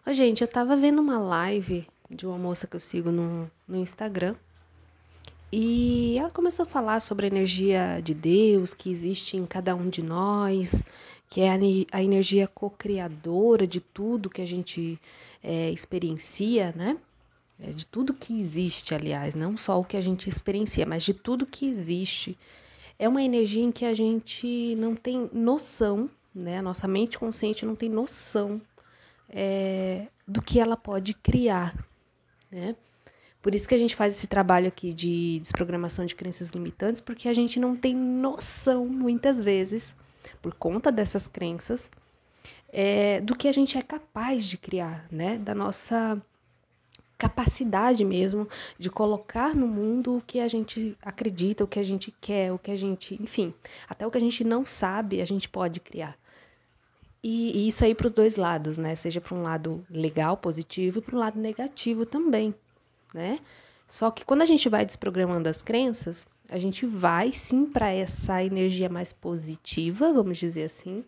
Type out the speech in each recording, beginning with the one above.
Ô, gente, eu tava vendo uma live de uma moça que eu sigo no Instagram e ela começou a falar sobre a energia de Deus que existe em cada um de nós, que é a energia co-criadora de tudo que a gente experiencia, né? De tudo que existe, aliás, não só o que a gente experiencia, mas de tudo que existe. É uma energia em que a gente não tem noção, né? A nossa mente consciente não tem noção do que ela pode criar, né? Por isso que a gente faz esse trabalho aqui de desprogramação de crenças limitantes, porque a gente não tem noção, muitas vezes, por conta dessas crenças, do que a gente é capaz de criar, né? Da nossa capacidade mesmo de colocar no mundo o que a gente acredita, o que a gente quer, o que a gente, enfim, até o que a gente não sabe, a gente pode criar. E isso aí para os dois lados, né? Seja para um lado legal, positivo, e para um lado negativo também, né? Só que quando a gente vai desprogramando as crenças, a gente vai sim para essa energia mais positiva, vamos dizer assim,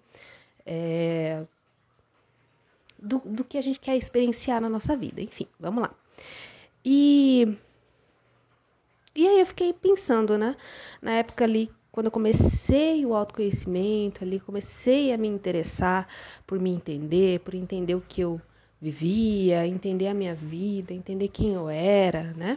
do que a gente quer experienciar na nossa vida. Enfim, vamos lá. E, e aí eu fiquei pensando, né? Na época ali, quando eu comecei o autoconhecimento, ali comecei a me interessar por me entender, por entender o que eu vivia, entender a minha vida, entender quem eu era, né?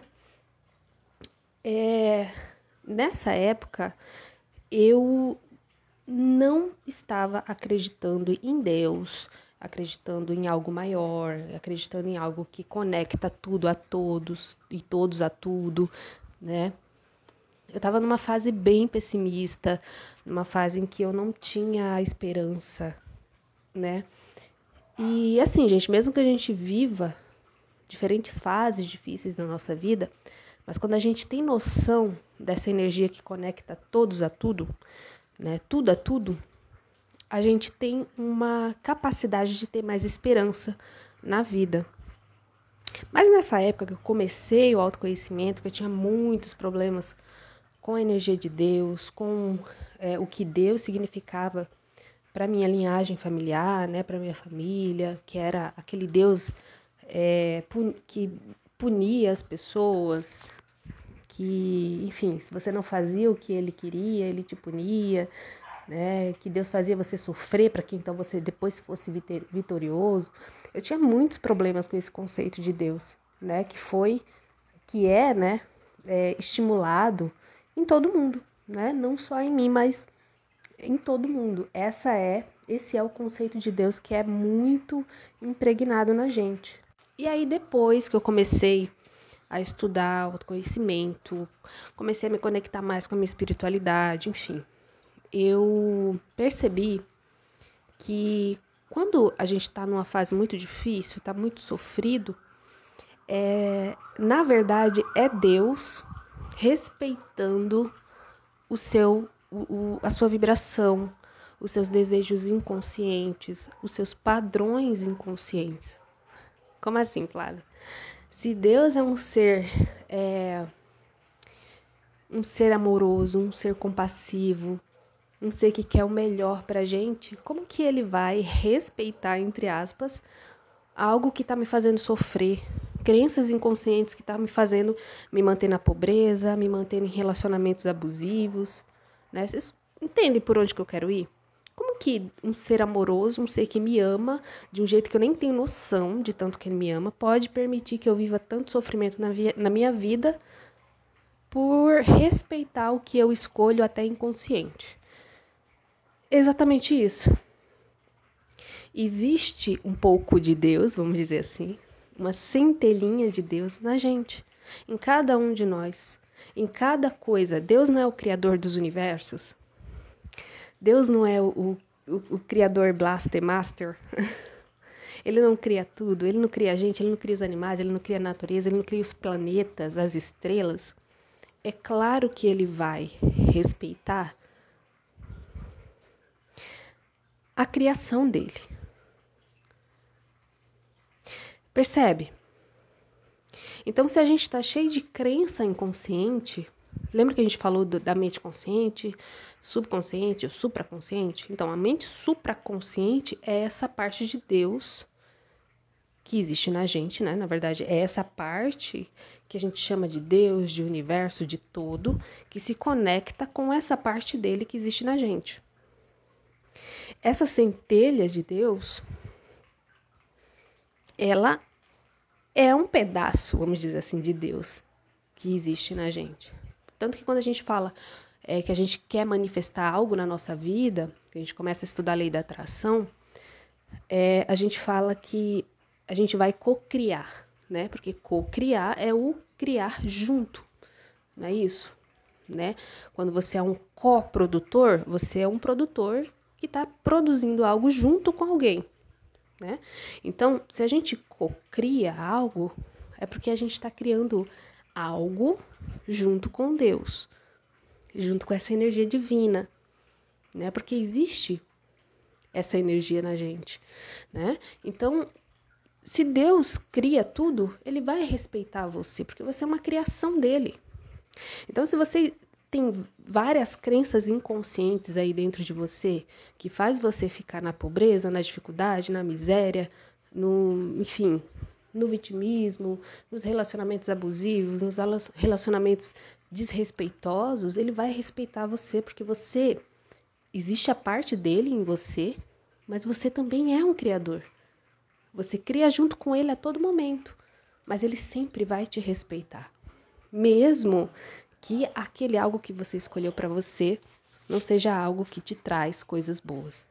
Nessa época, eu não estava acreditando em Deus, acreditando em algo maior, acreditando em algo que conecta tudo a todos e todos a tudo, né? Eu estava numa fase bem pessimista, numa fase em que eu não tinha esperança, né? E assim, gente, mesmo que a gente viva diferentes fases difíceis na nossa vida, mas quando a gente tem noção dessa energia que conecta todos a tudo, né? Tudo a tudo, a gente tem uma capacidade de ter mais esperança na vida. Mas nessa época que eu comecei o autoconhecimento, que eu tinha muitos problemas com a energia de Deus, com o que Deus significava para minha linhagem familiar, né, para minha família, que era aquele Deus que punia as pessoas, que, enfim, se você não fazia o que ele queria, ele te punia, né? Que Deus fazia você sofrer para que então você depois fosse vitorioso. Eu tinha muitos problemas com esse conceito de Deus, né? Que é estimulado em todo mundo, né? Não só em mim, mas em todo mundo. Esse é o conceito de Deus que é muito impregnado na gente. E aí depois que eu comecei a estudar autoconhecimento, comecei a me conectar mais com a minha espiritualidade, enfim, eu percebi que quando a gente está numa fase muito difícil, está muito sofrido, na verdade é Deus respeitando a sua vibração, os seus desejos inconscientes, os seus padrões inconscientes. Como assim, Flávia? Se Deus é um ser amoroso, um ser compassivo, um ser que quer o melhor pra gente, como que ele vai respeitar, entre aspas, algo que tá me fazendo sofrer, crenças inconscientes que tá me fazendo me manter na pobreza, me manter em relacionamentos abusivos, né? Vocês entendem por onde que eu quero ir? Como que um ser amoroso, um ser que me ama, de um jeito que eu nem tenho noção de tanto que ele me ama, pode permitir que eu viva tanto sofrimento na minha vida por respeitar o que eu escolho até inconsciente? Exatamente isso. Existe um pouco de Deus, vamos dizer assim, uma centelhinha de Deus na gente, em cada um de nós, em cada coisa. Deus não é o criador dos universos? Deus não é o criador Blaster Master? Ele não cria tudo, ele não cria a gente, ele não cria os animais, ele não cria a natureza, ele não cria os planetas, as estrelas. É claro que ele vai respeitar a criação dele. Percebe? Então, se a gente está cheio de crença inconsciente, lembra que a gente falou da mente consciente, subconsciente ou supraconsciente? Então, a mente supraconsciente é essa parte de Deus que existe na gente, né? Na verdade, é essa parte que a gente chama de Deus, de universo, de todo, que se conecta com essa parte dele que existe na gente. Essa centelha de Deus, ela é um pedaço, vamos dizer assim, de Deus que existe na gente. Tanto que quando a gente fala que a gente quer manifestar algo na nossa vida, que a gente começa a estudar a lei da atração, a gente fala que a gente vai cocriar, né? Porque cocriar é o criar junto, não é isso? Né? Quando você é um coprodutor, você é um produtor que está produzindo algo junto com alguém, né? Então, se a gente cocria algo, é porque a gente está criando algo junto com Deus, junto com essa energia divina, né? Porque existe essa energia na gente, né? Então, se Deus cria tudo, ele vai respeitar você, porque você é uma criação dele. Então, se você tem várias crenças inconscientes aí dentro de você, que faz você ficar na pobreza, na dificuldade, na miséria, enfim, no vitimismo, nos relacionamentos abusivos, nos relacionamentos desrespeitosos, ele vai respeitar você, porque você, existe a parte dele em você, mas você também é um criador. Você cria junto com ele a todo momento, mas ele sempre vai te respeitar. Mesmo que aquele algo que você escolheu para você não seja algo que te traz coisas boas.